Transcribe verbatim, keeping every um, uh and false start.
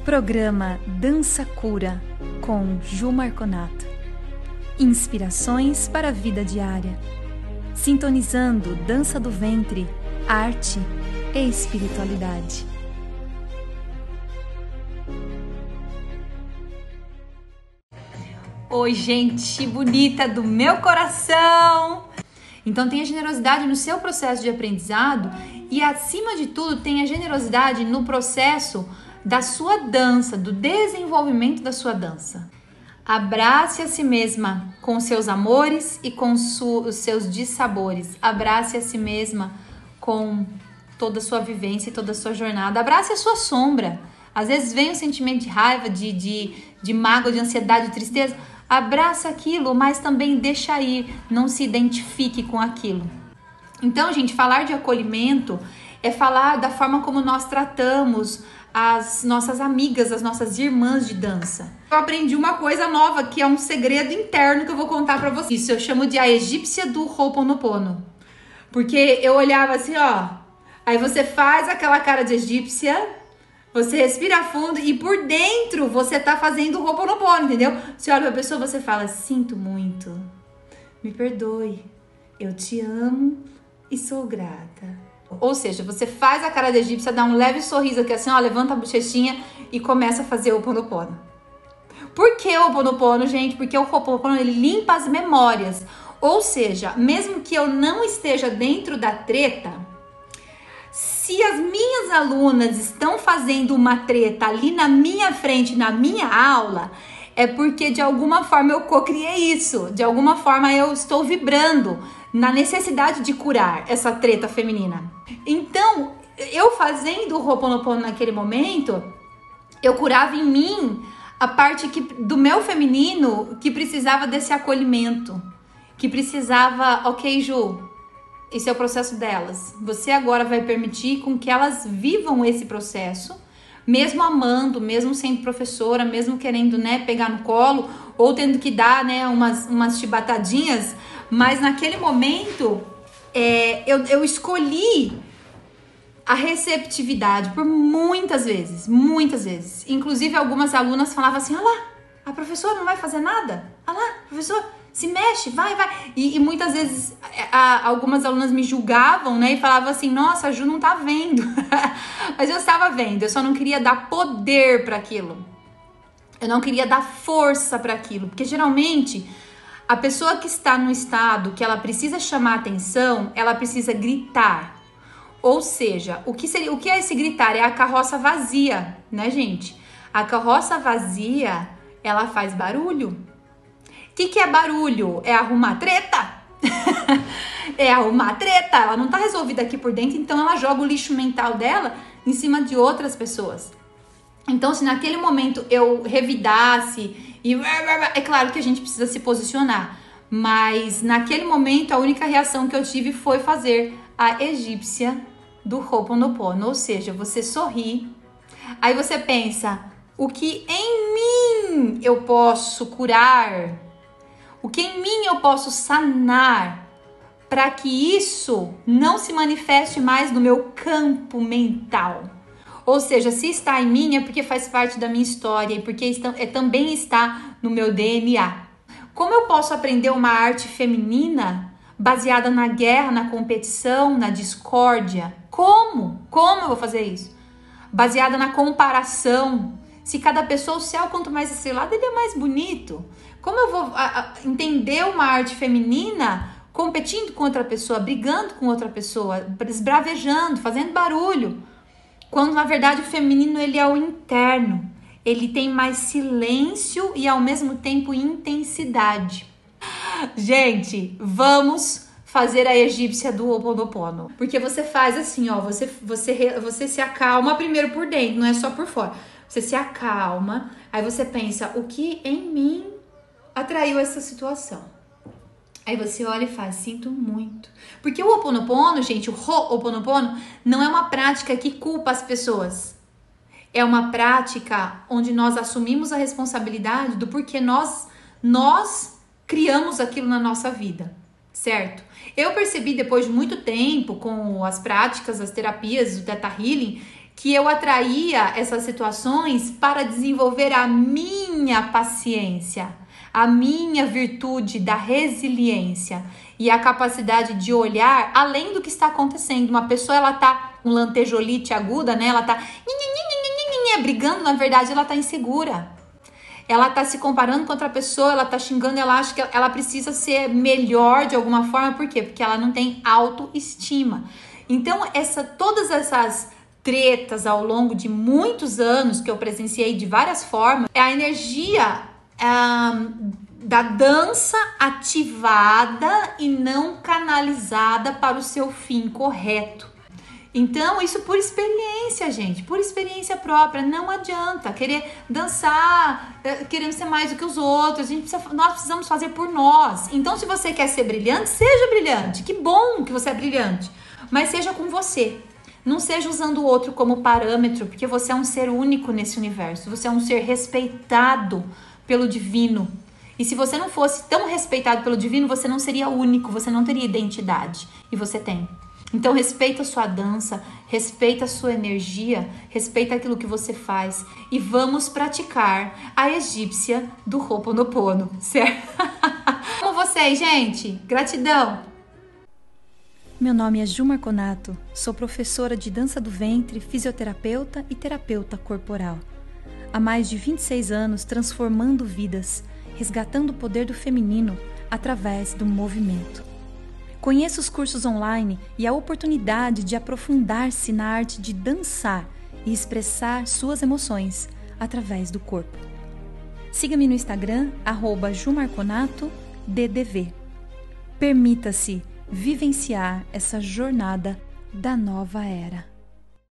Programa Dança Cura com Ju Marconato. Inspirações para a vida diária. Sintonizando dança do ventre, arte e espiritualidade. Oi, gente bonita do meu coração! Então tenha generosidade no seu processo de aprendizado e, acima de tudo, tenha generosidade no processo da sua dança, do desenvolvimento da sua dança. Abrace a si mesma com seus amores e com os seus dissabores. Abrace a si mesma com toda a sua vivência e toda a sua jornada. Abrace a sua sombra. Às vezes vem um sentimento de raiva, de, de, de mágoa, de ansiedade, de tristeza. Abraça aquilo, mas também deixa ir. Não se identifique com aquilo. Então, gente, falar de acolhimento é falar da forma como nós tratamos as nossas amigas, as nossas irmãs de dança. Eu aprendi uma coisa nova, que é um segredo interno que eu vou contar pra vocês. Isso eu chamo de a egípcia do Ho'oponopono. Porque eu olhava assim, ó. Aí você faz aquela cara de egípcia, você respira fundo e por dentro você tá fazendo o Ho'oponopono, entendeu? Você olha pra pessoa, você fala, sinto muito, me perdoe, eu te amo e sou grata. Ou seja, você faz a cara de egípcia, dá um leve sorriso aqui assim, ó, levanta a bochechinha e começa a fazer o Ho'oponopono. Por que o Ho'oponopono, gente? Porque o Ho'oponopono, ele limpa as memórias. Ou seja, mesmo que eu não esteja dentro da treta, se as minhas alunas estão fazendo uma treta ali na minha frente, na minha aula, é porque de alguma forma eu co-criei isso. De alguma forma eu estou vibrando na necessidade de curar essa treta feminina. Então, eu fazendo o Ho'oponopono naquele momento, eu curava em mim a parte que, do meu feminino que precisava desse acolhimento, que precisava, ok, Ju, esse é o processo delas. Você agora vai permitir com que elas vivam esse processo, mesmo amando, mesmo sendo professora, mesmo querendo, né, pegar no colo, ou tendo que dar, né, umas, umas chibatadinhas, mas naquele momento é, eu, eu escolhi a receptividade por muitas vezes, muitas vezes. Inclusive algumas alunas falavam assim, olha lá, a professora não vai fazer nada? Olha lá, professor, se mexe, vai, vai. E, e muitas vezes a, algumas alunas me julgavam, né, e falavam assim, nossa, a Ju não tá vendo. Mas eu estava vendo, eu só não queria dar poder para aquilo. Eu não queria dar força para aquilo, porque geralmente a pessoa que está no estado que ela precisa chamar atenção, ela precisa gritar. Ou seja, o que seria, o que é esse gritar? É a carroça vazia, né, gente? A carroça vazia, ela faz barulho. O que, que é barulho? É arrumar treta? É arrumar treta. Ela não tá resolvida aqui por dentro, então ela joga o lixo mental dela em cima de outras pessoas. Então, se naquele momento eu revidasse e é claro que a gente precisa se posicionar, mas naquele momento a única reação que eu tive foi fazer a egípcia do Ho'oponopono, ou seja, você sorri, aí você pensa, o que em mim eu posso curar? O que em mim eu posso sanar para que isso não se manifeste mais no meu campo mental? Ou seja, se está em mim é porque faz parte da minha história e porque está, é, também está no meu D N A. Como eu posso aprender uma arte feminina baseada na guerra, na competição, na discórdia? Como? Como eu vou fazer isso? Baseada na comparação. Se cada pessoa, o céu, quanto mais estrelado, ele é mais bonito. Como eu vou a, a, entender uma arte feminina competindo com outra pessoa, brigando com outra pessoa, esbravejando, fazendo barulho? Quando, na verdade, o feminino, ele é o interno. Ele tem mais silêncio e, ao mesmo tempo, intensidade. Gente, vamos fazer a egípcia do Ho'oponopono. Porque você faz assim, ó, você, você, você se acalma primeiro por dentro, não é só por fora. Você se acalma, aí você pensa, o que em mim atraiu essa situação? Aí você olha e faz, sinto muito. Porque o Ho'oponopono, gente, o Ho'oponopono não é uma prática que culpa as pessoas. É uma prática onde nós assumimos a responsabilidade do porquê nós, nós criamos aquilo na nossa vida, certo? Eu percebi depois de muito tempo com as práticas, as terapias, o Theta Healing, que eu atraía essas situações para desenvolver a minha paciência, a minha virtude da resiliência e a capacidade de olhar além do que está acontecendo. Uma pessoa, ela tá com lantejolite aguda, né? Ela tá brigando, na verdade, ela tá insegura. Ela tá se comparando com outra pessoa, ela tá xingando, ela acha que ela precisa ser melhor de alguma forma. Por quê? Porque ela não tem autoestima. Então, essa, todas essas tretas ao longo de muitos anos que eu presenciei de várias formas, é a energia um, da dança ativada e não canalizada para o seu fim correto. Então, isso por experiência, gente, por experiência própria. Não adianta querer dançar, querendo ser mais do que os outros. A gente precisa, nós precisamos fazer por nós. Então, se você quer ser brilhante, seja brilhante. Que bom que você é brilhante, mas seja com você. Não seja usando o outro como parâmetro, porque você é um ser único nesse universo. Você é um ser respeitado pelo divino. E se você não fosse tão respeitado pelo divino, você não seria único, você não teria identidade. E você tem. Então, respeita a sua dança, respeita a sua energia, respeita aquilo que você faz e vamos praticar a egípcia do Ho'oponopono, certo? Amo vocês, gente! Gratidão! Meu nome é Ju Marconato, sou professora de dança do ventre, fisioterapeuta e terapeuta corporal. Há mais de vinte e seis anos transformando vidas, resgatando o poder do feminino através do movimento. Conheça os cursos online e a oportunidade de aprofundar-se na arte de dançar e expressar suas emoções através do corpo. Siga-me no Instagram, arroba jumarconato D D V. Permita-se vivenciar essa jornada da nova era.